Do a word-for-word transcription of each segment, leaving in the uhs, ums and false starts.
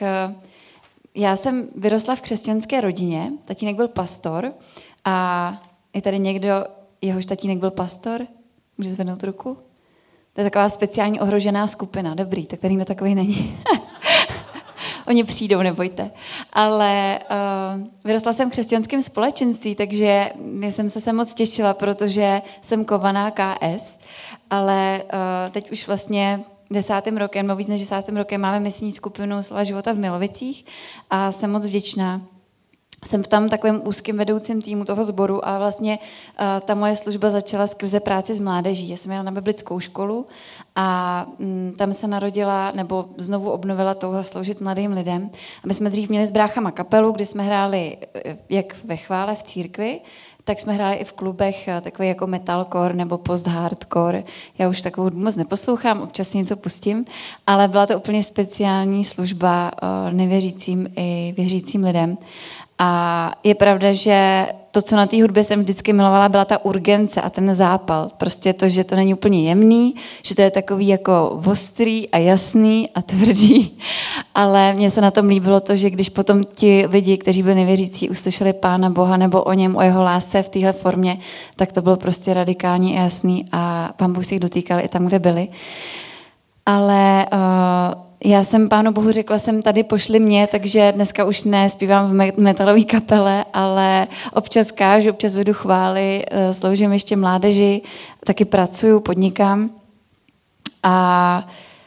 Já jsem vyrostla v křesťanské rodině, tatínek byl pastor a je tady někdo, jehož tatínek byl pastor? Může zvednout ruku? To je taková speciální ohrožená skupina, dobrý, tak tady nikdo takový není. Oni přijdou, nebojte. Ale uh, vyrostla jsem v křesťanském společenství, takže jsem se sem moc těšila, protože jsem kovaná K S, ale uh, teď už vlastně desátým rokem, no víc než desátým rokem máme misijní skupinu Slova života v Milovicích a jsem moc vděčná. Jsem v tam takovém úzkém vedoucím týmu toho sboru, ale vlastně uh, ta moje služba začala skrze práci s mládeží. Já jsem jela na biblickou školu a um, tam se narodila, nebo znovu obnovila touha sloužit mladým lidem. A my jsme dřív měli s bráchama kapelu, kdy jsme hráli jak ve chvále v církvi, tak jsme hráli i v klubech takový jako metalcore nebo post-hardcore. Já už takovou moc neposlouchám, občas něco pustím, ale byla to úplně speciální služba uh, nevěřícím i věřícím lidem. A je pravda, že to, co na té hudbě jsem vždycky milovala, byla ta urgence a ten zápal. Prostě to, že to není úplně jemný, že to je takový jako ostrý a jasný a tvrdý. Ale mně se na tom líbilo to, že když potom ti lidi, kteří byli nevěřící, uslyšeli Pána Boha nebo o něm, o jeho lásce v téhle formě, tak to bylo prostě radikální a jasný a Pán Bůh si jich dotýkal i tam, kde byli. Ale uh, já jsem Pánu Bohu řekla, jsem tady pošli mě, takže dneska už nespívám v metalové kapele, ale občas kážu, občas vedu chvály, sloužím ještě mládeži, taky pracuju, podnikám a,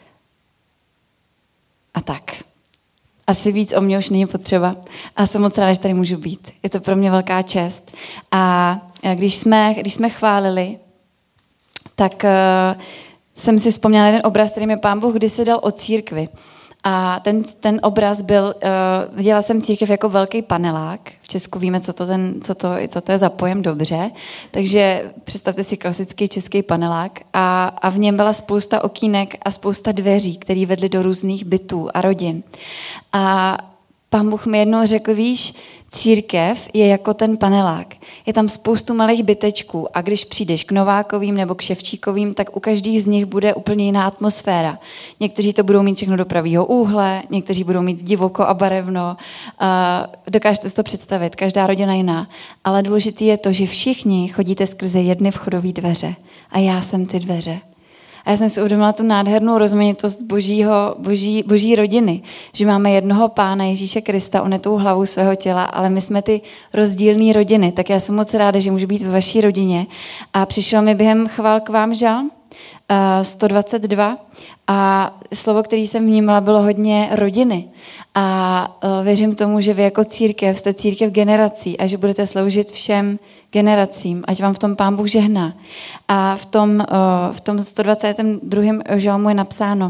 a tak. Asi víc o mě už není potřeba a jsem moc ráda, že tady můžu být. Je to pro mě velká čest. A když jsme, když jsme chválili, tak jsem si vzpomněla jeden obraz, který mi Pán Bůh kdysi dal o církvi. A ten, ten obraz byl, uh, viděla jsem církev jako velký panelák. V Česku víme, co to, ten, co to, co to je za pojem dobře. Takže představte si klasický český panelák. A, a v něm byla spousta okýnek a spousta dveří, které vedly do různých bytů a rodin. A Pán Bůh mi jednou řekl, víš, církev je jako ten panelák. Je tam spoustu malých bytečků a když přijdeš k Novákovým nebo k Ševčíkovým, tak u každých z nich bude úplně jiná atmosféra. Někteří to budou mít všechno do pravýho úhle, někteří budou mít divoko a barevno. Dokážete si to představit, každá rodina jiná. Ale důležité je to, že všichni chodíte skrze jedny vchodové dveře. A já jsem ty dveře. A já jsem si uvědomila tu nádhernou rozmanitost božího, boží, boží rodiny, že máme jednoho Pána Ježíše Krista, on je tou hlavou svého těla, ale my jsme ty rozdílné rodiny. Tak já jsem moc ráda, že můžu být ve vaší rodině. A přišel mi během chvál k vám žalm sto dvacet dva a slovo, které jsem vnímala, bylo hodně rodiny. A věřím tomu, že vy jako církev jste církev generací a že budete sloužit všem generacím, ať vám v tom Pán Bůh žehná. A v tom, v tom sto dvacátém druhém žalmu je napsáno: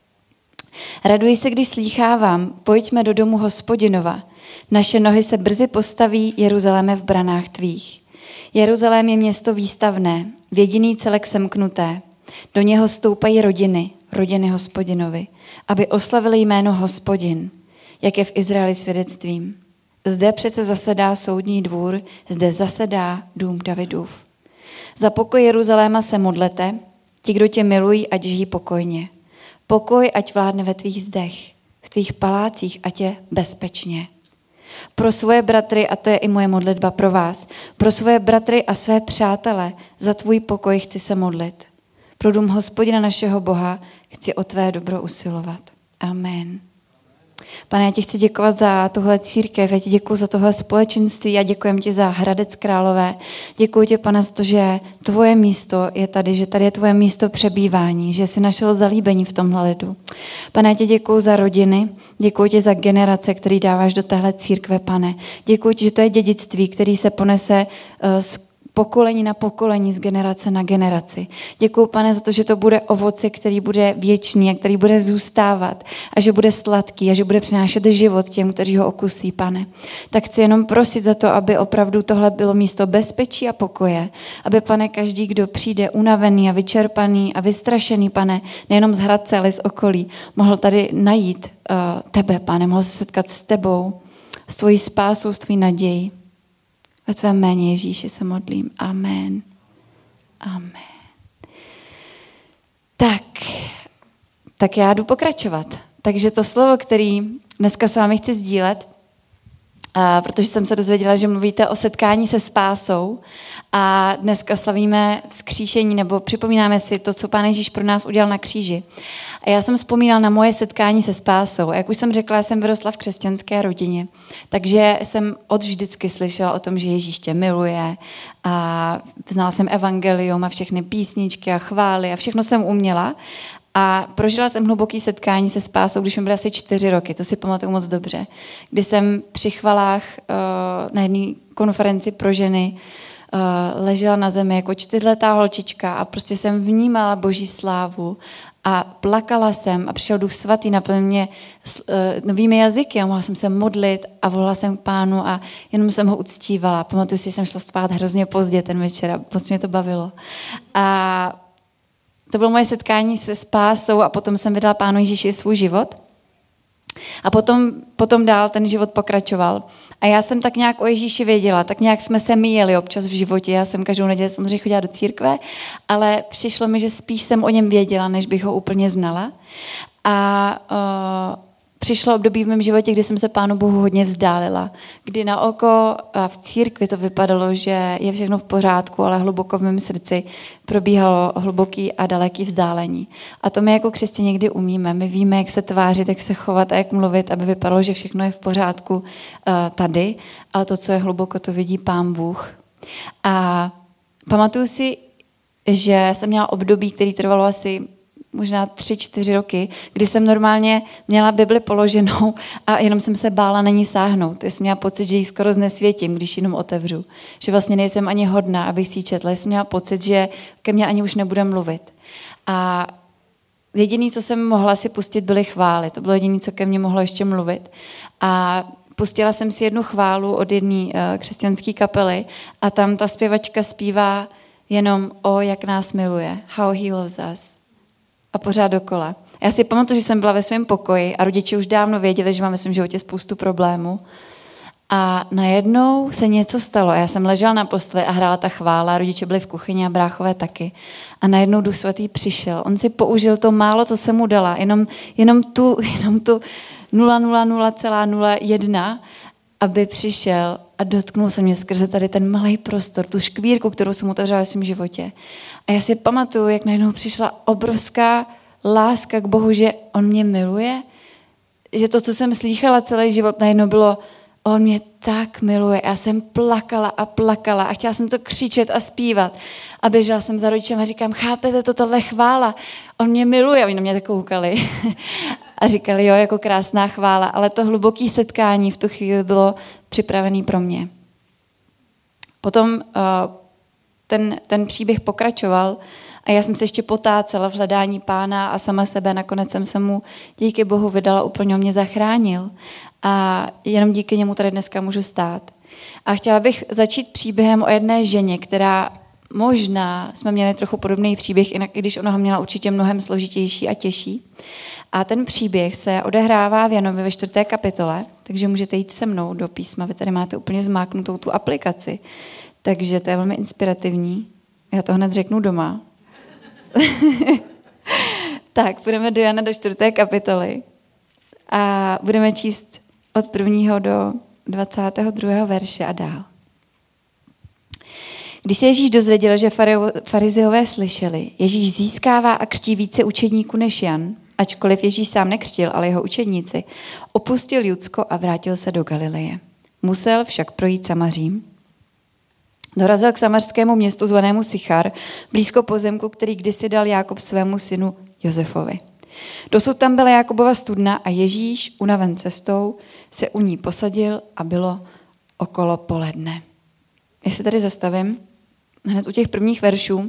Raduji se, když slýchávám, pojďme do domu Hospodinova. Naše nohy se brzy postaví, Jeruzaléme, v branách tvých. Jeruzalém je město výstavné, v jediný celek semknuté. Do něho stoupají rodiny, rodiny Hospodinovi, aby oslavili jméno Hospodin, jak je v Izraeli svědectvím. Zde přece zasedá soudní dvůr, zde zasedá dům Davidův. Za pokoj Jeruzaléma se modlete, ti, kdo tě milují, ať žijí pokojně. Pokoj, ať vládne ve tvých zdech, v tvých palácích, ať je bezpečně. Pro svoje bratry, a to je i moje modlitba pro vás, pro svoje bratry a své přátele, za tvůj pokoj chci se modlit. Pro dům Hospodina našeho Boha chci o tvé dobro usilovat. Amen. Pane, já ti chci děkovat za tuhle církev, já ti děkuji za tohle společenství a děkujem ti za Hradec Králové. Děkuji ti, Pane, za to, že tvoje místo je tady, že tady je tvoje místo přebývání, že jsi našel zalíbení v tomhle lidu. Pane, já ti děkuji za rodiny, děkuji ti za generace, který dáváš do téhle církve, Pane. Děkuji ti, že to je dědictví, který se ponese z pokolení na pokolení, z generace na generaci. Děkuju, Pane, za to, že to bude ovoce, který bude věčný a který bude zůstávat a že bude sladký a že bude přinášet život těm, kteří ho okusí, Pane. Tak chci jenom prosit za to, aby opravdu tohle bylo místo bezpečí a pokoje. Aby, Pane, každý, kdo přijde unavený a vyčerpaný a vystrašený, Pane, nejenom z Hradce, ale z okolí, mohl tady najít uh, tebe, Pane, mohl se setkat s tebou, s tvojí spásou, s tvojí nadějí. Ve tvém jméně, Ježíši, se modlím. Amen. Amen. Tak, tak já jdu pokračovat. takže to slovo, který dneska s vámi chci sdílet, a protože jsem se dozvěděla, že mluvíte o setkání se spásou a dneska slavíme vzkříšení nebo připomínáme si to, co Pán Ježíš pro nás udělal na kříži. A já jsem vzpomínala na moje setkání se spásou. A jak už jsem řekla, já jsem vyrostla v křesťanské rodině, takže jsem od vždycky slyšela o tom, že Ježíš tě miluje a znala jsem evangelium a všechny písničky a chvály a všechno jsem uměla. A prožila jsem hluboký setkání se spásou, když mi byly asi čtyři roky, to si pamatuju moc dobře, kdy jsem při chvalách uh, na jedné konferenci pro ženy uh, ležela na zemi jako čtyřletá holčička a prostě jsem vnímala Boží slávu a plakala jsem a přišel Duch Svatý, naplnil mě uh, novými jazyky a mohla jsem se modlit a volala jsem k Pánu a jenom jsem ho uctívala. Pamatuju si, že jsem šla spát hrozně pozdě ten večer a moc mě to bavilo. A to bylo moje setkání se spásou a potom jsem vydala Pánu Ježíši svůj život. A potom, potom dál ten život pokračoval. A já jsem tak nějak o Ježíši věděla, tak nějak jsme se míjeli občas v životě. Já jsem každou neděli samozřejmě chodila do církve, ale přišlo mi, že spíš jsem o něm věděla, než bych ho úplně znala. A uh, přišlo období v mém životě, kdy jsem se Pánu Bohu hodně vzdálila. Kdy na oko a v církvi to vypadalo, že je všechno v pořádku, ale hluboko v mém srdci probíhalo hluboký a daleký vzdálení. A to my jako křesťané někdy umíme. My víme, jak se tvářit, jak se chovat a jak mluvit, aby vypadalo, že všechno je v pořádku uh, tady, ale to, co je hluboko, to vidí Pán Bůh. A pamatuju si, že jsem měla období, který trvalo asi možná tři, čtyři roky, kdy jsem normálně měla Bibli položenou a jenom jsem se bála na ní sáhnout. Já jsem měla pocit, že ji skoro znesvětím, když jenom otevřu. Že vlastně nejsem ani hodná, abych si ji četla. Já jsem měla pocit, že ke mně ani už nebude mluvit. A jediné, co jsem mohla si pustit, byly chvály. To bylo jediné, co ke mně mohlo ještě mluvit. A pustila jsem si jednu chválu od jedné uh, křesťanské kapely a tam ta zpěvačka zpívá jenom o, jak nás miluje. How he loves us. A pořád dokola. Já si pamatuju, že jsem byla ve svém pokoji a rodiče už dávno věděli, že mám ve svém životě spoustu problémů. A najednou se něco stalo. A já jsem ležela na posteli a hrála ta chvála. Rodiče byli v kuchyni a bráchové taky. A najednou Duch Svatý přišel. On si použil to málo, co jsem mu dala. Jenom, jenom tu, jenom tu nula nula nula celá nula jedna, aby přišel a dotknul se mě skrze tady ten malý prostor, tu škvírku, kterou jsem otevřela v svém životě. A já si pamatuju, jak najednou přišla obrovská láska k Bohu, že on mě miluje, že to, co jsem slýchala celý život, najednou bylo, on mě tak miluje. Já jsem plakala a plakala a chtěla jsem to křičet a zpívat. A běžela jsem za rodičem a říkám, chápete, to tohle chvála, on mě miluje. A oni na mě tak koukali a říkali, jo, jako krásná chvála, ale to hluboké setkání v tu chvíli bylo připravené pro mě. Potom uh, ten, ten příběh pokračoval a já jsem se ještě potácela v hledání Pána a sama sebe. Nakonec jsem se mu díky Bohu vydala, úplně mě zachránil. A jenom díky němu tady dneska můžu stát. A chtěla bych začít příběhem o jedné ženě, která možná jsme měli trochu podobný příběh, i když ona ho měla určitě mnohem složitější a těžší. A ten příběh se odehrává v Janovi ve čtvrté kapitole, takže můžete jít se mnou do písma. Vy tady máte úplně zmáknutou tu aplikaci, takže to je velmi inspirativní. Já to hned řeknu doma. Tak, půjdeme do Jana do čtvrté kapitoly a budeme číst od prvního do dvacátého druhého verše a dál. Když se Ježíš dozvěděl, že farizeové slyšeli, Ježíš získává a křtí více učedníků než Jan, ačkoliv Ježíš sám nekřtil, ale jeho učedníci, opustil Judsko a vrátil se do Galileje. Musel však projít Samařím. Dorazil k samařskému městu zvanému Sichar, blízko pozemku, který kdysi dal Jákob svému synu Josefovi. Dosud tam byla Jákobova studna a Ježíš, unaven cestou, se u ní posadil a bylo okolo poledne. Já se tady zastavím hned u těch prvních veršů.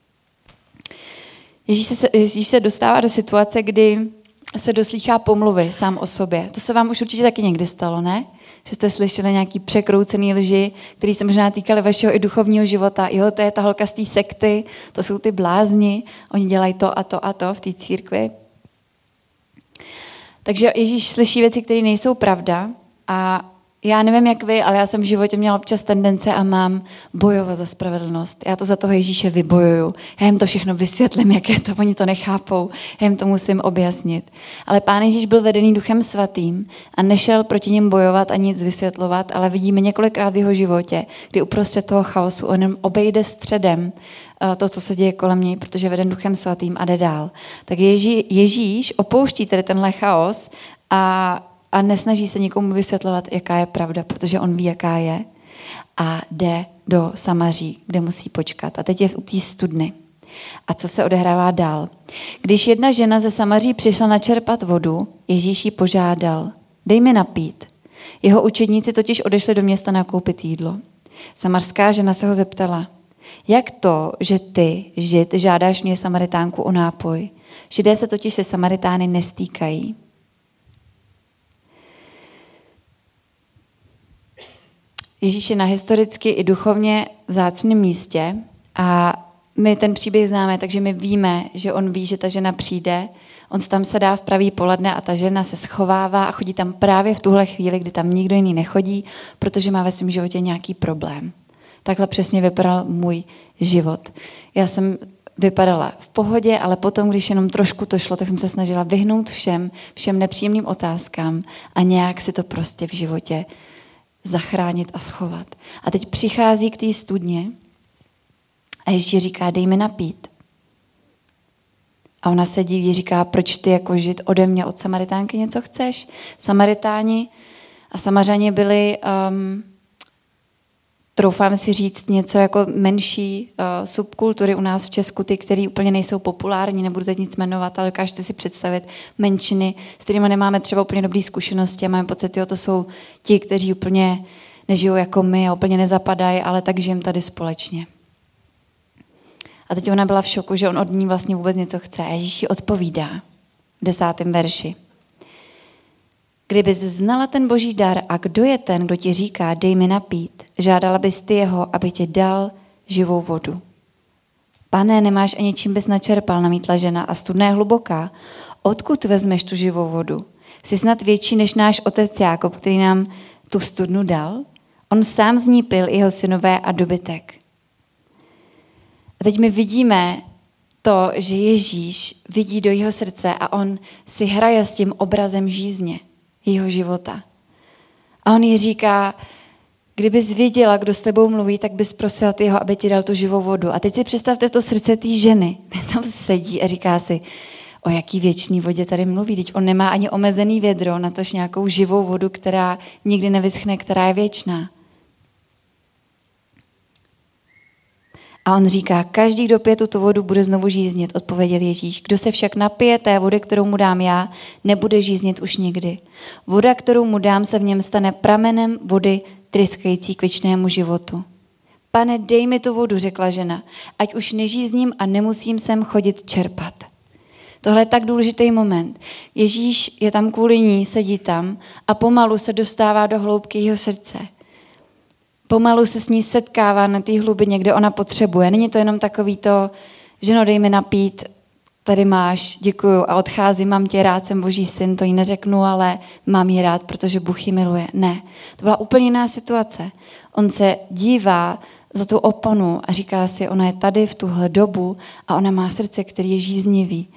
Ježíš se, Ježíš se dostává do situace, kdy se doslýchá pomluvy sám o sobě. To se vám už určitě taky někdy stalo, ne? Že jste slyšeli nějaký překroucený lži, které se možná týkaly vašeho i duchovního života. Jo, to je ta holka z té sekty, to jsou ty blázni, oni dělají to a to a to v té církvi. Takže Ježíš slyší věci, které nejsou pravda a Já nevím, jak vy, ale já jsem v životě měla občas tendence a mám bojovat za spravedlnost. Já to za toho Ježíše vybojuju. Já jim to všechno vysvětlím, jaké to, oni to nechápou. Já jim to musím objasnit. Ale Pán Ježíš byl vedený Duchem Svatým a nešel proti nim bojovat a nic vysvětlovat, ale vidíme několikrát v jeho životě, kdy uprostřed toho chaosu on jim obejde středem to, co se děje kolem něj, protože je veden Duchem Svatým a jde dál. Tak Ježí, Ježíš opouští tedy tenhle chaos a A nesnaží se nikomu vysvětlovat, jaká je pravda, protože on ví, jaká je. A jde do Samaří, kde musí počkat. A teď je u té studny. A co se odehrává dál? Když jedna žena ze Samaří přišla načerpat vodu, Ježíš ji požádal, dej mi napít. Jeho učedníci totiž odešli do města nakoupit jídlo. Samarská žena se ho zeptala, jak to, že ty, Žid, žádáš mě Samaritánku o nápoj? Židé se totiž se Samaritány nestýkají. Ježíš je na historicky i duchovně vzácném místě a my ten příběh známe, takže my víme, že on ví, že ta žena přijde, on se tam sedá v pravý poledne a ta žena se schovává a chodí tam právě v tuhle chvíli, kdy tam nikdo jiný nechodí, protože má ve svém životě nějaký problém. Takhle přesně vypadal můj život. Já jsem vypadala v pohodě, ale potom, když jenom trošku to šlo, tak jsem se snažila vyhnout všem, všem nepříjemným otázkám a nějak si to prostě v životě zachránit a schovat. A teď přichází k té studně a Ježíš říká, dej mi napít. A ona se diví, říká, proč ty jako Žid ode mě od Samaritánky něco chceš? Samaritáni a Samařani byli, um, troufám si říct, něco jako menší uh, subkultury u nás v Česku, ty, které úplně nejsou populární, nebudu teď nic jmenovat, ale dokážete si představit menšiny, s kterými nemáme třeba úplně dobré zkušenosti a máme pocit, že to jsou ti, kteří úplně nežijou jako my a úplně nezapadají, ale tak žijeme tady společně. A teď ona byla v šoku, že on od ní vlastně vůbec něco chce. A Ježíš jí odpovídá v desátém verši. Kdybys znala ten boží dar a kdo je ten, kdo ti říká, dej mi napít, žádala bys ty jeho, aby ti dal živou vodu. Pane, nemáš ani čím bys načerpal, namítla žena, a studna je hluboká. Odkud vezmeš tu živou vodu? Jsi snad větší než náš otec Jákob, který nám tu studnu dal? On sám z ní pil, jeho synové a dobytek. A teď my vidíme to, že Ježíš vidí do jeho srdce a on si hraje s tím obrazem žízně jeho života. A on jí říká, kdybys viděla, kdo s tebou mluví, tak bys prosil jeho, aby ti dal tu živou vodu. A teď si představte to srdce té ženy. Tam sedí a říká si, o jaký věčný vodě tady mluví. Teď on nemá ani omezený vědro, natož nějakou živou vodu, která nikdy nevyschne, která je věčná. A on říká, každý, kdo pije tuto vodu, bude znovu žíznit, odpověděl Ježíš. Kdo se však napije té vody, kterou mu dám já, nebude žíznit už nikdy. Voda, kterou mu dám, se v něm stane pramenem vody tryskající k věčnému životu. Pane, dej mi tu vodu, řekla žena, ať už nežízním a nemusím sem chodit čerpat. Tohle je tak důležitý moment. Ježíš je tam kvůli ní, sedí tam a pomalu se dostává do hloubky jeho srdce. Pomalu se s ní setkává na té hlubině, kde ona potřebuje. Není to jenom takový to, ženo, dej mi napít, tady máš, děkuju a odcházím, mám tě rád, jsem boží syn, to jí neřeknu, ale mám ji rád, protože Bůh ji miluje. Ne, to byla úplně jiná situace. On se dívá za tu oponu a říká si, ona je tady v tuhle dobu a ona má srdce, který je žíznivý.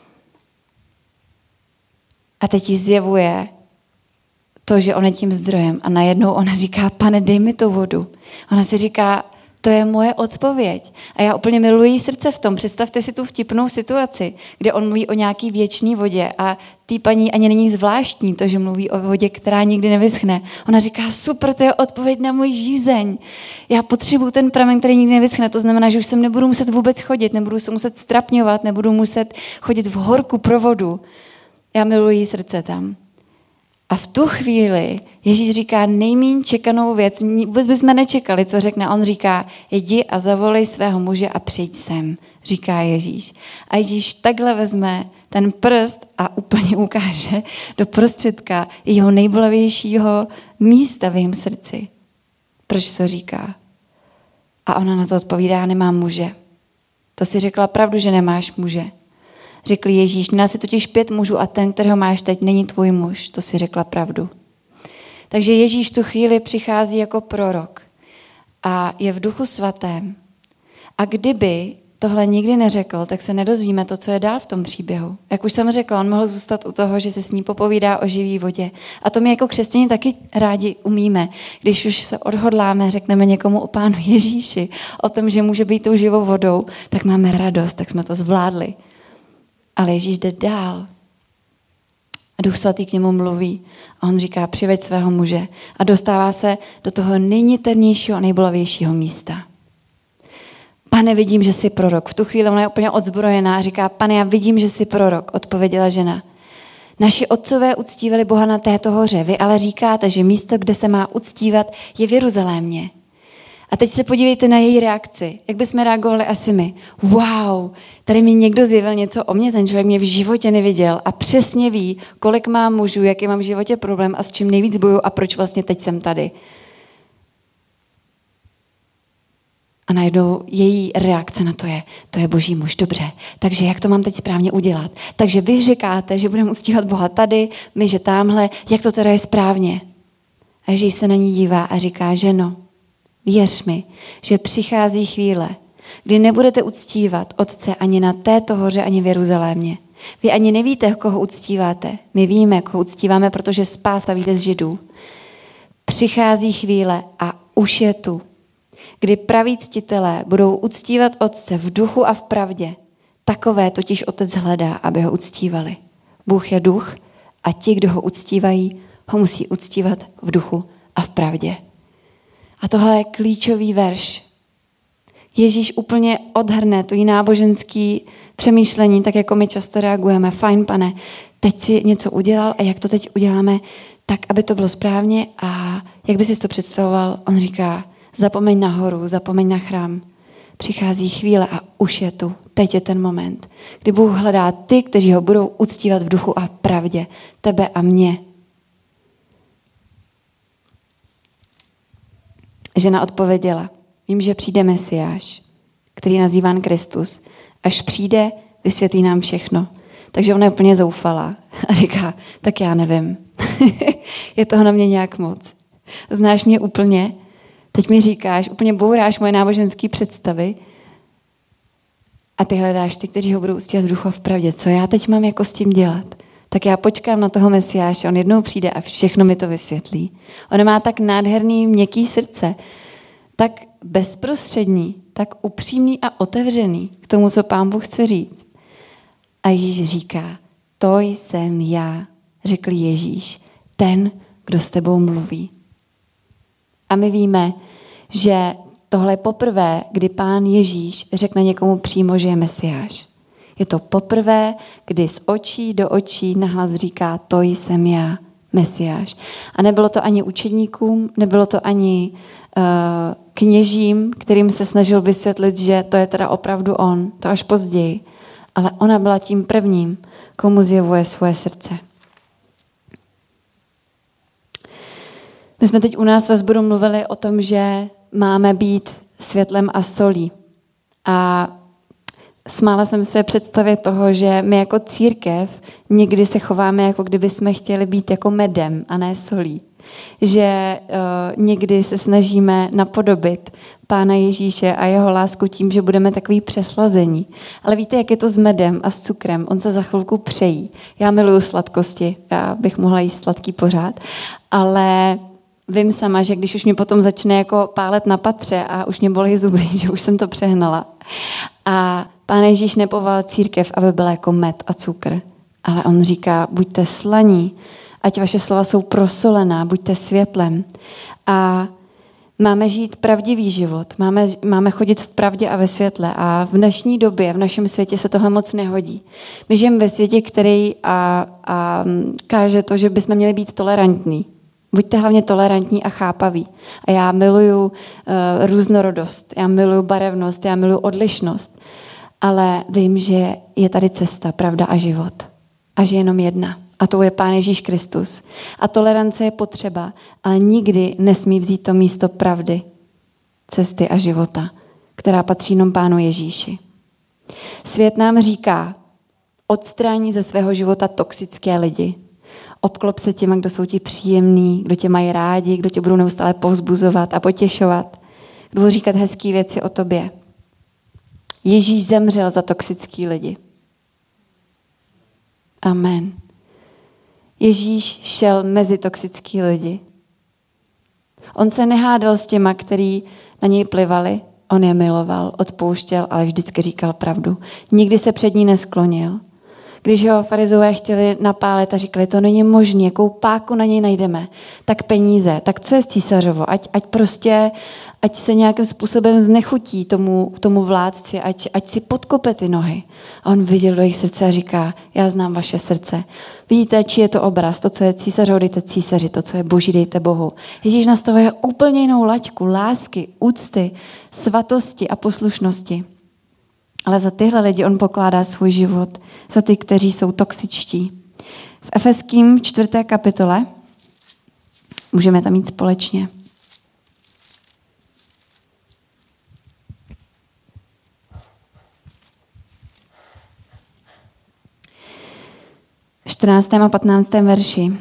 A teď jí zjevuje to, že on je tím zdrojem. A najednou ona říká, pane, dej mi tu vodu. Ona si říká, to je moje odpověď. A já úplně miluji srdce v tom. Představte si tu vtipnou situaci, kde on mluví o nějaký věčný vodě a tý paní ani není zvláštní to, že mluví o vodě, která nikdy nevyschne. Ona říká, super, to je odpověď na můj žízeň. Já potřebuju ten pramen, který nikdy nevyschne. To znamená, že už sem nebudu muset vůbec chodit, nebudu se muset strapňovat, nebudu muset chodit v horku pro vodu. Já miluji srdce tam. A v tu chvíli Ježíš říká nejméně čekanou věc, vůbec bychom nečekali, co řekne. On říká, jdi a zavolej svého muže a přijď sem, říká Ježíš. A Ježíš takhle vezme ten prst a úplně ukáže do prostředka jeho nejbolavějšího místa v jejím srdci. Proč to říká? A ona na to odpovídá, nemám muže. To si řekla pravdu, že nemáš muže. Řekl Ježíš, měla si totiž pět mužů a ten, kterého máš teď, není tvůj muž. To si řekla pravdu. Takže Ježíš tu chvíli přichází jako prorok a je v Duchu Svatém. A kdyby tohle nikdy neřekl, tak se nedozvíme to, co je dál v tom příběhu. Jak už jsem řekla, on mohl zůstat u toho, že se s ní popovídá o živý vodě. A to my jako křesťané taky rádi umíme. Když už se odhodláme, řekneme někomu o Pánu Ježíši, o tom, že může být tou živou vodou, tak máme radost, tak jsme to zvládli. Ale Ježíš jde dál. A Duch Svatý k němu mluví. A on říká, přiveď svého muže. A dostává se do toho nejniternějšího a nejbolavějšího místa. Pane, vidím, že jsi prorok. V tu chvíli ona je úplně odzbrojená a říká, pane, já vidím, že jsi prorok, odpověděla žena. Naši otcové uctívali Boha na této hoře, vy ale říkáte, že místo, kde se má uctívat, je v Jeruzalémě. A teď se podívejte na její reakci. Jak bychom reagovali asi my? Wow, tady mi někdo zjevil něco o mě, ten člověk mě v životě neviděl a přesně ví, kolik mám mužů, jaký mám v životě problém a s čím nejvíc bojuju a proč vlastně teď jsem tady. A najednou její reakce na to je, to je Boží muž, dobře, takže jak to mám teď správně udělat? Takže vy říkáte, že budeme uctívat Boha tady, my, že tamhle, jak to teda je správně? A Ježíš se na ní dívá a říká, ženo, věř mi, že přichází chvíle, kdy nebudete uctívat Otce ani na této hoře, ani v Jeruzalémě. Vy ani nevíte, koho uctíváte. My víme, koho uctíváme, protože spása vyjde z Židů. Přichází chvíle a už je tu, kdy praví ctitelé budou uctívat Otce v duchu a v pravdě. Takové totiž Otec hledá, aby ho uctívali. Bůh je duch a ti, kdo ho uctívají, ho musí uctívat v duchu a v pravdě. A tohle je klíčový verš. Ježíš úplně odhrne to náboženské přemýšlení, tak jako my často reagujeme. Fajn, pane, teď si něco udělal a jak to teď uděláme, tak, aby to bylo správně a jak by si to představoval? On říká, zapomeň na horu, zapomeň na chrám. Přichází chvíle a už je tu. Teď je ten moment, kdy Bůh hledá ty, kteří ho budou uctívat v duchu a pravdě. Tebe a mě. Žena odpověděla, vím, že přijde Mesiáš, který je nazýván Kristus. Až přijde, vysvětlí nám všechno. Takže ona je úplně zoufalá a říká, tak já nevím. Je toho na mě nějak moc. Znáš mě úplně? Teď mi říkáš, úplně bouráš moje náboženské představy a ty hledáš ty, kteří ho budou uctívat v duchu a v pravdě. Co já teď mám jako s tím dělat? Tak já počkám na toho Mesiáše, on jednou přijde a všechno mi to vysvětlí. On má tak nádherný, měkký srdce, tak bezprostřední, tak upřímný a otevřený k tomu, co Pán Bůh chce říct. A Ježíš říká, to jsem já, řekl Ježíš, ten, kdo s tebou mluví. A my víme, že tohle je poprvé, kdy Pán Ježíš řekne někomu přímo, že je Mesiáš. Je to poprvé, kdy z očí do očí nahlas říká, to jsem já, Mesiáš. A nebylo to ani učedníkům, nebylo to ani uh, kněžím, kterým se snažil vysvětlit, že to je teda opravdu on, to až později. Ale ona byla tím prvním, komu zjevuje svoje srdce. My jsme teď u nás ve sboru mluvili o tom, že máme být světlem a solí. A smála jsem se představě toho, že my jako církev někdy se chováme, jako kdyby jsme chtěli být jako medem a ne solí. Že uh, někdy se snažíme napodobit Pána Ježíše a jeho lásku tím, že budeme takový přeslazení. Ale víte, jak je to s medem a s cukrem? On se za chvilku přejí. Já miluju sladkosti, já bych mohla jíst sladký pořád, ale vím sama, že když už mě potom začne jako pálet na patře a už mě bolí zuby, že už jsem to přehnala. A Pán Ježíš nepovolal církev, aby byla jako med a cukr. Ale on říká, buďte slaní, ať vaše slova jsou prosolená, buďte světlem. A máme žít pravdivý život, máme, máme chodit v pravdě a ve světle. A v dnešní době, v našem světě se tohle moc nehodí. My žijeme ve světě, který a, a káže to, že bychom měli být tolerantní. Buďte hlavně tolerantní a chápaví. A já miluju uh, různorodost, já miluju barevnost, já miluju odlišnost. Ale vím, že je tady cesta, pravda a život. A že jenom jedna. A to je Pán Ježíš Kristus. A tolerance je potřeba, ale nikdy nesmí vzít to místo pravdy, cesty a života, která patří jenom Pánu Ježíši. Svět nám říká, odstraní ze svého života toxické lidi. Obklop se těma, kdo jsou ti příjemní, kdo tě mají rádi, kdo tě budou neustále povzbuzovat a potěšovat, kdo budou říkat hezké věci o tobě. Ježíš zemřel za toxický lidi. Amen. Ježíš šel mezi toxický lidi. On se nehádal s těma, který na něj plivali, on je miloval, odpouštěl, ale vždycky říkal pravdu. Nikdy se před ní nesklonil. Když ho farizové chtěli napálit a říkali, to není možné, jakou páku na něj najdeme, tak peníze, tak co je císařovo, ať, ať prostě, ať se nějakým způsobem znechutí tomu, tomu vládci, ať, ať si podkope ty nohy. A on viděl do jejich srdce a říká, já znám vaše srdce. Vidíte, či je to obraz, to, co je císařovo, dejte císaři, to, co je boží, dejte Bohu. Ježíš nastavuje úplně jinou laťku, lásky, úcty, svatosti a poslušnosti. Ale za tyhle lidi on pokládá svůj život, za ty, kteří jsou toxičtí. V Efeským čtvrté kapitole můžeme tam jít společně. čtrnáctém a patnáctém verši.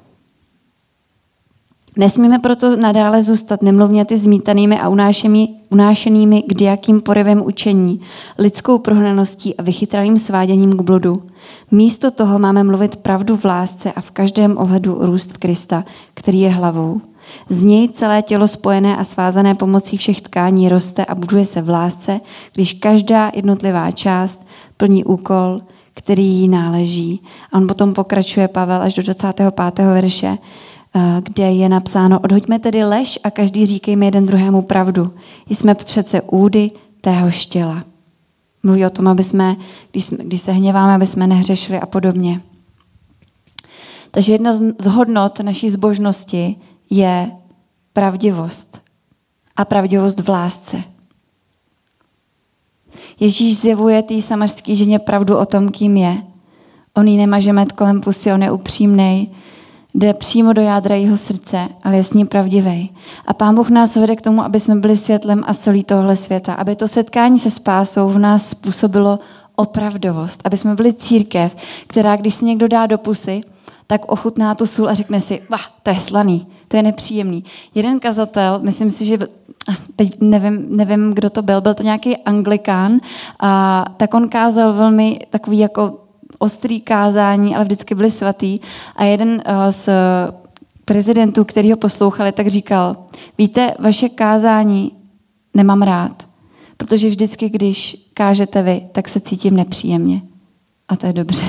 Nesmíme proto nadále zůstat nemluvňaty zmítanými a unášenými kdejakým porivem učení, lidskou prohnaností a vychytralým sváděním k bludu. Místo toho máme mluvit pravdu v lásce a v každém ohledu růst v Krista, který je hlavou. Z něj celé tělo spojené a svázané pomocí všech tkání roste a buduje se v lásce, když každá jednotlivá část plní úkol, který jí náleží. A on potom pokračuje Pavel až do dvacátého pátého verše, kde je napsáno, odhoďme tedy lež a každý říkejme jeden druhému pravdu. Jsme přece údy téhož těla. Mluví o tom, aby jsme, když, jsme, když se hněváme, aby jsme nehřešili a podobně. Takže jedna z hodnot naší zbožnosti je pravdivost. A pravdivost v lásce. Ježíš zjevuje té samařské ženě pravdu o tom, kým je. On jí nemaže med kolem pusy, on je upřímnej, jde přímo do jádra jeho srdce, ale je s ním pravdivý. A Pán Bůh nás vede k tomu, aby jsme byli světlem a solí tohle světa, aby to setkání se spásou v nás způsobilo opravdovost, aby jsme byli církev, která, když si někdo dá do pusy, tak ochutná tu sůl a řekne si, vah, to je slaný, to je nepříjemný. Jeden kazatel, myslím si, že teď nevím, nevím, kdo to byl, byl to nějaký anglikán, a tak on kázal velmi takový jako ostrý kázání, ale vždycky byli svatý. A jeden z prezidentů, který ho poslouchali, tak říkal, víte, vaše kázání nemám rád, protože vždycky, když kážete vy, tak se cítím nepříjemně. A to je dobře.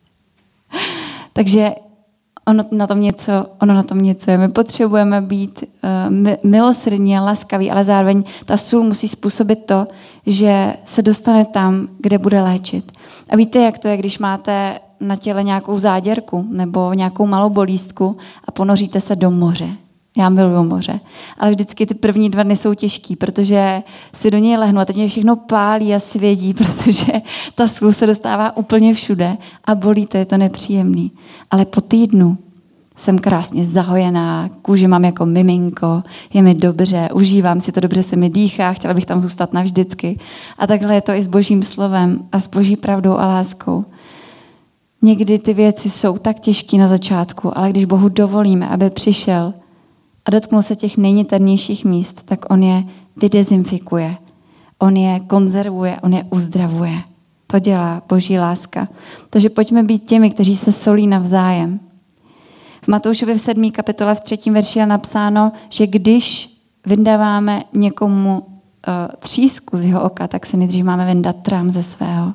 Takže ono na tom něco, ono na tom něco je. My potřebujeme být uh, milosrdní a laskaví, ale zároveň ta sůl musí způsobit to, že se dostane tam, kde bude léčit. A víte, jak to je, když máte na těle nějakou záděrku nebo nějakou malou bolístku a ponoříte se do moře. Já miluju moře. Ale vždycky ty první dva dny jsou těžký, protože si do něj lehnu a teď mě všechno pálí a svědí, protože ta sůl se dostává úplně všude a bolí to, je to nepříjemný. Ale po týdnu jsem krásně zahojená, kůži mám jako miminko, je mi dobře, užívám si to, dobře se mi dýchá, chtěla bych tam zůstat navždycky. A takhle je to i s Božím slovem a s Boží pravdou a láskou. Někdy ty věci jsou tak těžké na začátku, ale když Bohu dovolíme, aby přišel a dotknul se těch nejniternějších míst, tak on je vydezinfikuje, on je konzervuje, on je uzdravuje. To dělá Boží láska. Takže pojďme být těmi, kteří se solí navzájem. V Matoušově v sedmé kapitole v třetím verši je napsáno, že když vyndáváme někomu uh, třísku z jeho oka, tak se nejdřív máme vyndat trám ze svého.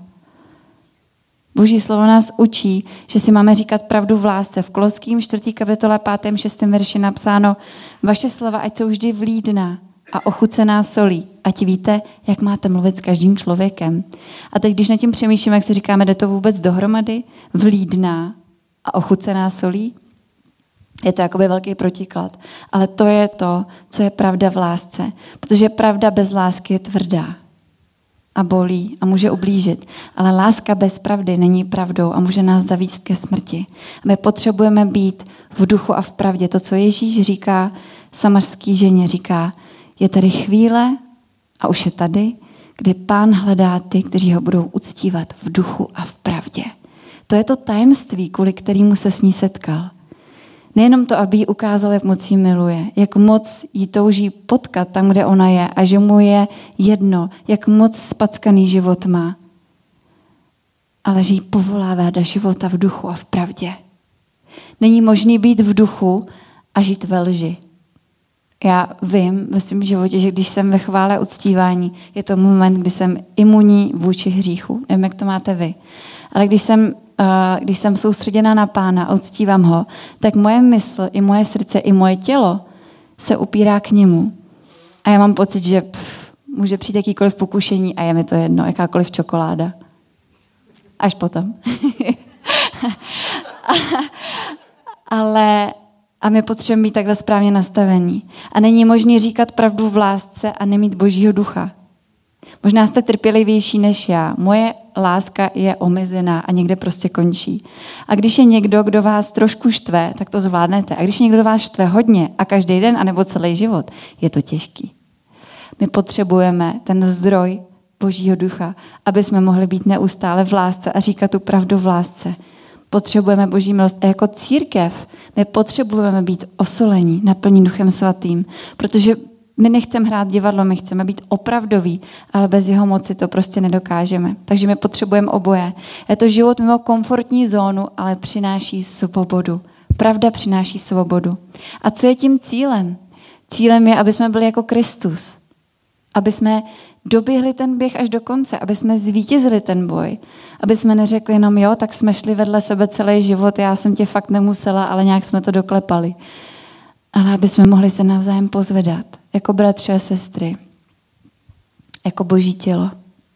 Boží slovo nás učí, že si máme říkat pravdu v lásce. V Koloským čtvrtý kapitole pátém šestém verši napsáno, vaše slova ať jsou vždy vlídná a ochucená solí. Ať víte, jak máte mluvit s každým člověkem. A teď, když nad tím přemýšlíme, jak si říkáme, jde to vůbec dohromady? Vlídná a ochucená solí? Je to jakoby velký protiklad. Ale to je to, co je pravda v lásce. Protože pravda bez lásky je tvrdá a bolí a může ublížit. Ale láska bez pravdy není pravdou a může nás zavést ke smrti. My potřebujeme být v duchu a v pravdě. To, co Ježíš říká samařský ženě, říká, je tady chvíle a už je tady, kdy Pán hledá ty, kteří ho budou uctívat v duchu a v pravdě. To je to tajemství, kvůli kterému se s ní setkal. Nejenom to, aby jí ukázal, jak moc jí miluje, jak moc jí touží potkat tam, kde ona je a že mu je jedno, jak moc spackaný život má, ale že jí povolává do života v duchu a v pravdě. Není možný být v duchu a žít ve lži. Já vím ve svém životě, že když jsem ve chvále a uctívání, je to moment, kdy jsem imunní vůči hříchu. Nevím, jak to máte vy. Ale když jsem, když jsem soustředěná na Pána a uctívám ho, tak moje mysl, i moje srdce, i moje tělo se upírá k němu. A já mám pocit, že pff, může přijít jakýkoliv pokušení a je mi to jedno, jakákoliv čokoláda. Až potom. Ale a my potřebujeme být takhle správně nastavení. A není možné říkat pravdu v lásce a nemít Božího ducha. Možná jste trpělivější než já. Moje láska je omezená a někde prostě končí. A když je někdo, kdo vás trošku štve, tak to zvládnete. A když někdo vás štve hodně a každý den, anebo celý život, je to těžký. My potřebujeme ten zdroj Božího ducha, aby jsme mohli být neustále v lásce a říkat tu pravdu v lásce. Potřebujeme Boží milost. A jako církev my potřebujeme být osolení, naplní Duchem Svatým, protože my nechceme hrát divadlo, my chceme být opravdoví, ale bez jeho moci to prostě nedokážeme. Takže my potřebujeme oboje. Je to život mimo komfortní zónu, ale přináší svobodu. Pravda přináší svobodu. A co je tím cílem? Cílem je, aby jsme byli jako Kristus. Aby jsme doběhli ten běh až do konce, aby jsme zvítězili ten boj. Aby jsme neřekli jenom jo, tak jsme šli vedle sebe celý život, já jsem tě fakt nemusela, ale nějak jsme to doklepali. Ale aby jsme mohli se navzájem pozvedat, jako bratři a sestry, jako Boží tělo.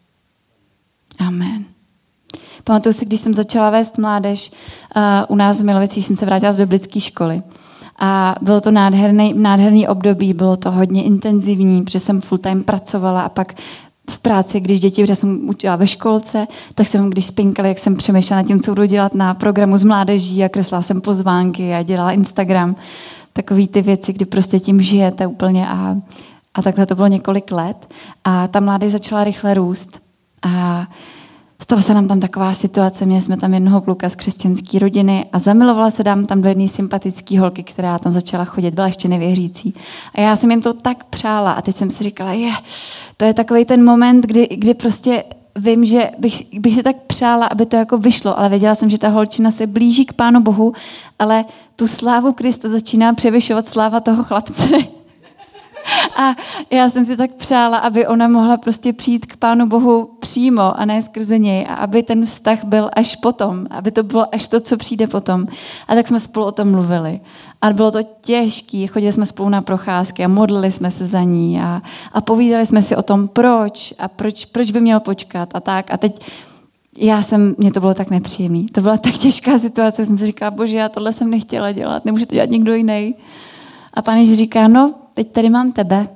Amen. Pamatuju si, když jsem začala vést mládež uh, u nás v Milovicích, jsem se vrátila z biblické školy. A bylo to nádherný, nádherný období, bylo to hodně intenzivní, protože jsem full time pracovala a pak v práci, když děti, protože jsem učila ve školce, tak jsem, když spinkala, jak jsem přemýšlela nad tím, co budu dělat na programu s mládeží a kreslila jsem pozvánky a dělala Instagram. Takový ty věci, kdy prostě tím žijete úplně a, a takhle to bylo několik let. A ta mládež začala rychle růst. A stala se nám tam taková situace, měli jsme tam jednoho kluka z křesťanské rodiny a zamilovala se dám tam do jedné sympatické holky, která tam začala chodit, byla ještě nevěřící. A já jsem jim to tak přála a teď jsem si říkala, je, to je takový ten moment, kdy, kdy prostě vím, že bych, bych si tak přála, aby to jako vyšlo, ale věděla jsem, že ta holčina se blíží k Pánu Bohu, ale tu slávu Krista začíná převyšovat sláva toho chlapce. A já jsem si tak přála, aby ona mohla prostě přijít k Pánu Bohu přímo a ne skrze něj a aby ten vztah byl až potom, aby to bylo až to, co přijde potom. A tak jsme spolu o tom mluvili. A bylo to těžké, chodili jsme spolu na procházky a modlili jsme se za ní a, a povídali jsme si o tom, proč a proč, proč by měl počkat a tak. A teď já jsem, mně to bylo tak nepříjemné. To byla tak těžká situace, jsem si říkala, bože, já tohle jsem nechtěla dělat, nemůže to dělat někdo jiný. A Pán Ježíš říká, no, teď tady mám tebe.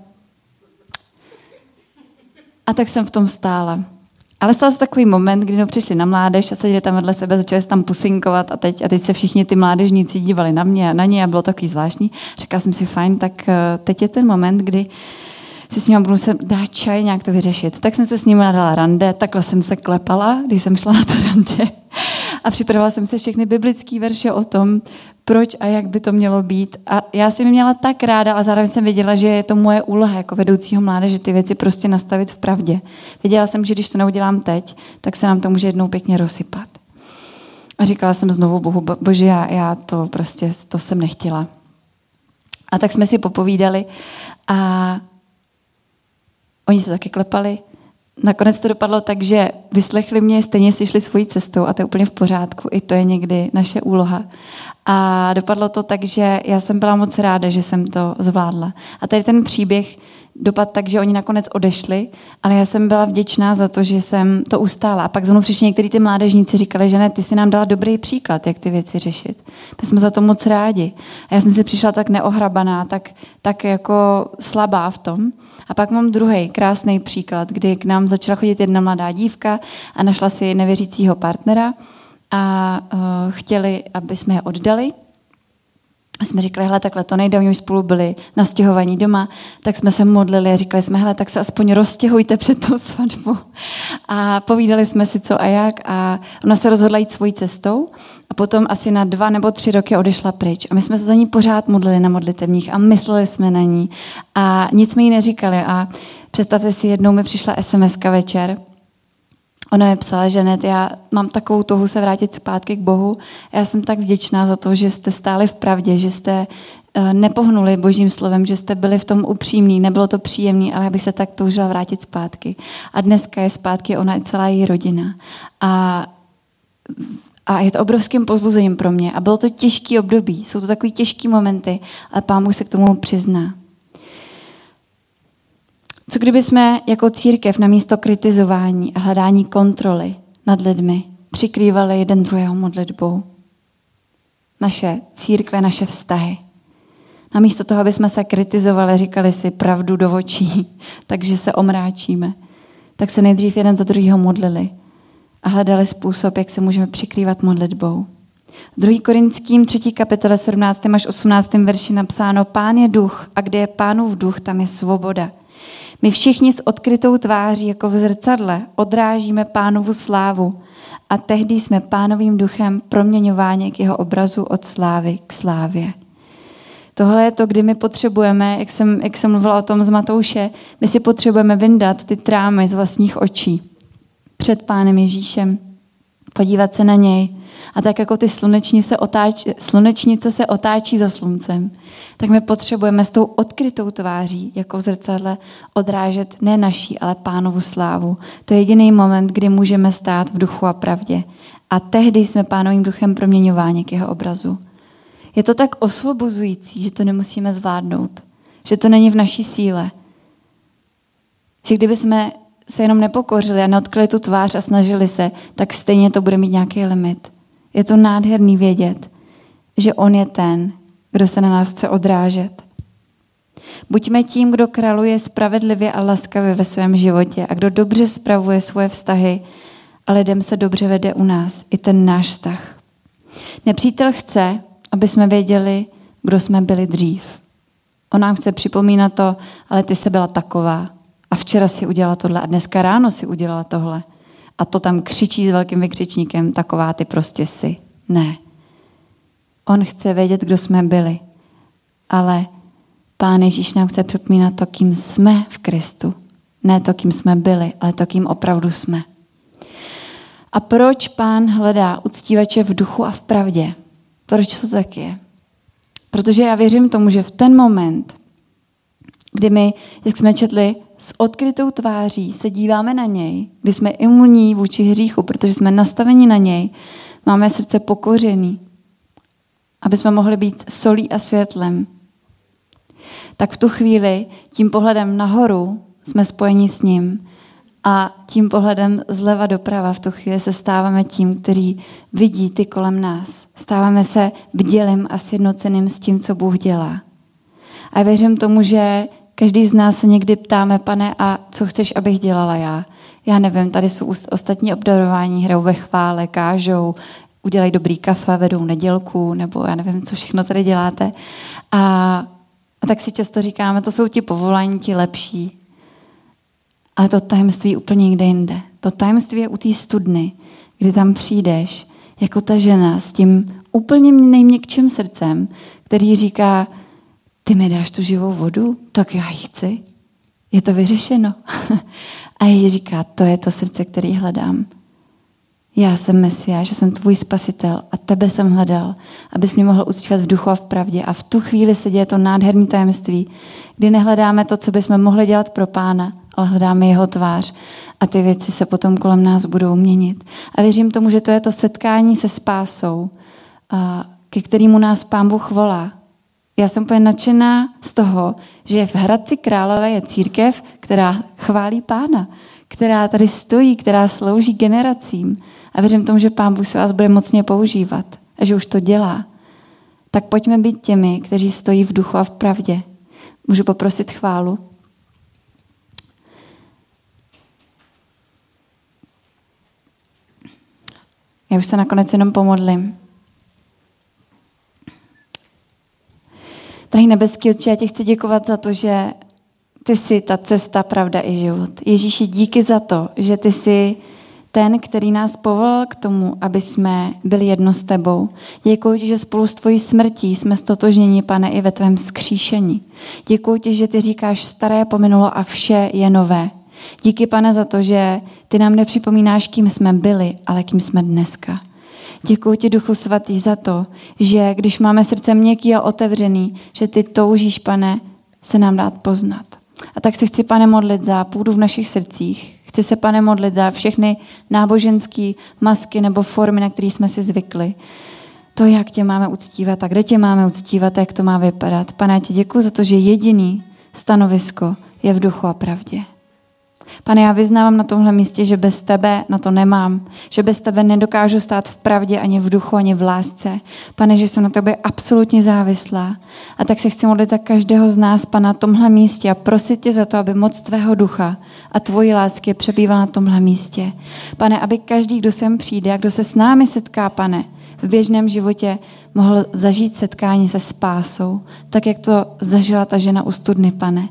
A tak jsem v tom stála. Ale stal se takový moment, kdy no, přišli na mládež a seděli tam vedle sebe, začali se tam pusinkovat a teď, a teď se všichni ty mládežníci dívali na mě a na ně a bylo takový zvláštní. Říkala jsem si, fajn, tak teď je ten moment, kdy si s nimi budu se dát čaj, nějak to vyřešit. Tak jsem se s nimi nadala rande, takhle jsem se klepala, když jsem šla na to rande. A připravovala jsem se všechny biblické verše o tom, proč a jak by to mělo být. A já jsem je měla tak ráda, ale zároveň jsem věděla, že je to moje úloha jako vedoucího mládeže ty věci prostě nastavit v pravdě. Věděla jsem, že když to neudělám teď, tak se nám to může jednou pěkně rozsypat. A říkala jsem znovu Bohu, bože, já, já to prostě, to jsem nechtěla. A tak jsme si popovídali a oni se taky klepali. Nakonec to dopadlo tak, že vyslechli mě, stejně si šli svojí cestou a to je úplně v pořádku. I to je někdy naše úloha. A dopadlo to tak, že já jsem byla moc ráda, že jsem to zvládla. A tady ten příběh dopadl tak, že oni nakonec odešli, ale já jsem byla vděčná za to, že jsem to ustála. A pak znovu přišli některý ty mládežníci, říkali, že ne, ty si nám dala dobrý příklad, jak ty věci řešit. My jsme za to moc rádi. A já jsem si přišla tak neohrabaná, tak, tak jako slabá v tom. A pak mám druhý krásný příklad, kdy k nám začala chodit jedna mladá dívka a našla si nevěřícího partnera a uh, chtěli, aby jsme je oddali. A jsme říkali, hele, takhle to nejde, oni už spolu byli na stěhování doma, tak jsme se modlili a říkali jsme, hele, tak se aspoň rozstěhujte před tou svatbou. A povídali jsme si co a jak a ona se rozhodla jít svojí cestou a potom asi na dva nebo tři roky odešla pryč. A my jsme se za ní pořád modlili na modlitevních a mysleli jsme na ní a nic jsme jí neříkali. A představte si, jednou mi přišla es em eska večer. Ona mi psala, že ne, já mám takovou touhu se vrátit zpátky k Bohu. Já jsem tak vděčná za to, že jste stáli v pravdě, že jste nepohnuli Božím slovem, že jste byli v tom upřímní, nebylo to příjemné, ale já bych se tak toužila vrátit zpátky. A dneska je zpátky ona i celá její rodina. A, a je to obrovským povzbuzením pro mě. A bylo to těžký období, jsou to takový těžký momenty, ale Pán Bůh se k tomu přizná. Co kdyby jsme jako církev namísto kritizování a hledání kontroly nad lidmi přikrývali jeden druhého modlitbou? Naše církve, naše vztahy. Namísto toho, aby jsme se kritizovali, říkali si pravdu do očí, takže se omráčíme, tak se nejdřív jeden za druhého modlili a hledali způsob, jak se můžeme přikrývat modlitbou. V druhé Korinským třetí kapitole sedmnáctém až osmnáctém verši napsáno: Pán je duch a kde je Pánův duch, tam je svoboda. My všichni s odkrytou tváří jako v zrcadle odrážíme Pánovu slávu a tehdy jsme Pánovým duchem proměňováni k jeho obrazu od slávy k slávě. Tohle je to, kdy my potřebujeme, jak jsem, jak jsem mluvila o tom z Matouše, my si potřebujeme vyndat ty trámy z vlastních očí před Pánem Ježíšem, podívat se na něj. A tak jako ty sluneční se otáč, slunečnice se otáčí za sluncem, tak my potřebujeme s tou odkrytou tváří, jako v zrcadle, odrážet ne naší, ale Pánovu slávu. To je jediný moment, kdy můžeme stát v duchu a pravdě. A tehdy jsme Pánovým duchem proměňováni k jeho obrazu. Je to tak osvobozující, že to nemusíme zvládnout. Že to není v naší síle. Že kdyby jsme se jenom nepokořili a neodkryli tu tvář a snažili se, tak stejně to bude mít nějaký limit. Je to nádherný vědět, že on je ten, kdo se na nás chce odrážet. Buďme tím, kdo králuje spravedlivě a laskavě ve svém životě a kdo dobře spravuje svoje vztahy a lidem se dobře vede u nás, i ten náš vztah. Nepřítel chce, aby jsme věděli, kdo jsme byli dřív. On nám chce připomínat to, ale ty jsi byla taková a včera si udělala tohle a dneska ráno si udělala tohle. A to tam křičí s velkým vykřičníkem, taková ty prostě jsi. Ne. On chce vědět, kdo jsme byli. Ale Pán Ježíš nám chce připomínat to, kým jsme v Kristu. Ne to, kým jsme byli, ale to, kým opravdu jsme. A proč Pán hledá uctívače v duchu a v pravdě? Proč to tak je? Protože já věřím tomu, že v ten moment, kdy my, jak jsme četli, s odkrytou tváří se díváme na něj, kdy jsme imunní vůči hříchu, protože jsme nastaveni na něj, máme srdce pokořený, aby jsme mohli být solí a světlem, tak v tu chvíli tím pohledem nahoru jsme spojeni s ním a tím pohledem zleva doprava v tu chvíli se stáváme tím, který vidí ty kolem nás. Stáváme se bdělým a sjednoceným s tím, co Bůh dělá. A věřím tomu, že každý z nás se někdy ptáme, Pane, a co chceš, abych dělala já? Já nevím, tady jsou ostatní obdarování, hrajou ve chvále, kážou, udělají dobrý kafe, vedou nedělku, nebo já nevím, co všechno tady děláte. A, a tak si často říkáme, to jsou ti povolání, ti lepší. Ale to tajemství je úplně někde jinde. To tajemství je u té studny, kdy tam přijdeš jako ta žena s tím úplně nejměkčím srdcem, který říká, ty mi dáš tu živou vodu? Tak já ji chci. Je to vyřešeno. A Ježíš říká, to je to srdce, který hledám. Já jsem Mesiáš, že jsem tvůj spasitel a tebe jsem hledal, abys mě mohl uctívat v duchu a v pravdě. A v tu chvíli se děje to nádherné tajemství, kdy nehledáme to, co bychom mohli dělat pro Pána, ale hledáme jeho tvář a ty věci se potom kolem nás budou měnit. A věřím tomu, že to je to setkání se spásou, ke kterému nás Pán Bůh volá. Já jsem úplně nadšená z toho, že v Hradci Králové je církev, která chválí Pána, která tady stojí, která slouží generacím. A věřím tomu, že Pán Bůh se vás bude mocně používat a že už to dělá. Tak pojďme být těmi, kteří stojí v duchu a v pravdě. Můžu poprosit chválu? Já už se nakonec jenom pomodlím. Drahý nebeský Otče, já ti chci děkovat za to, že ty jsi ta cesta, pravda i život. Ježíši, díky za to, že ty jsi ten, který nás povolal k tomu, aby jsme byli jedno s tebou. Děkuji ti, že spolu s tvojí smrtí jsme stotožněni, Pane, i ve tvém vzkříšení. Děkuji ti, že ty říkáš, staré pominulo a vše je nové. Díky, Pane, za to, že ty nám nepřipomínáš, kým jsme byli, ale kým jsme dneska. Děkuji ti, Duchu Svatý, za to, že když máme srdce měkký a otevřený, že ty toužíš, Pane, se nám dát poznat. A tak se chci, Pane, modlit za půdu v našich srdcích. Chci se, Pane, modlit za všechny náboženské masky nebo formy, na které jsme si zvykli. To, jak tě máme uctívat a kde tě máme uctívat a jak to má vypadat. Pane, já ti děkuji za to, že jediný stanovisko je v duchu a pravdě. Pane, já vyznávám na tomhle místě, že bez tebe na to nemám, že bez tebe nedokážu stát v pravdě ani v duchu, ani v lásce. Pane, že jsem na tobě absolutně závislá. A tak se chci modlit za každého z nás, Pane, na tomhle místě a prosit tě za to, aby moc tvého ducha a tvojí lásky přebývala na tomhle místě. Pane, aby každý, kdo sem přijde a kdo se s námi setká, Pane, v běžném životě mohl zažít setkání se spásou, tak jak to zažila ta žena u studny, Pane.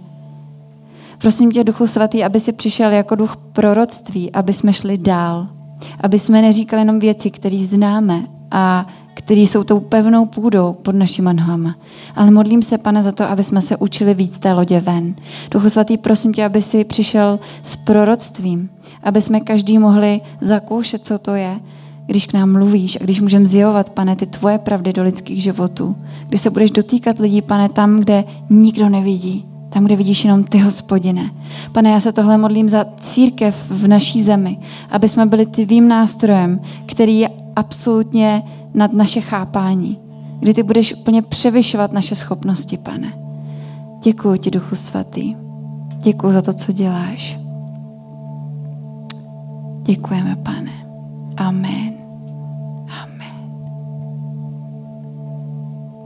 Prosím tě, Duchu Svatý, aby si přišel jako duch proroctví, aby jsme šli dál, aby jsme neříkali jenom věci, které známe a které jsou tou pevnou půdou pod našima nohama. Ale modlím se, Pane, za to, aby jsme se učili víc té lodě ven. Duchu Svatý, prosím tě, aby si přišel s proroctvím, aby jsme každý mohli zakoušet, co to je, když k nám mluvíš a když můžeme zjevovat, Pane, ty tvoje pravdy do lidských životů. Když se budeš dotýkat lidí, Pane, tam, kde nikdo nevidí. Tam, kde vidíš jenom ty, Hospodine. Pane, já se tohle modlím za církev v naší zemi, aby jsme byli tvým nástrojem, který je absolutně nad naše chápání. Kdy ty budeš úplně převyšovat naše schopnosti, Pane. Děkuji ti, Duchu Svatý. Děkuji za to, co děláš. Děkujeme, Pane. Amen.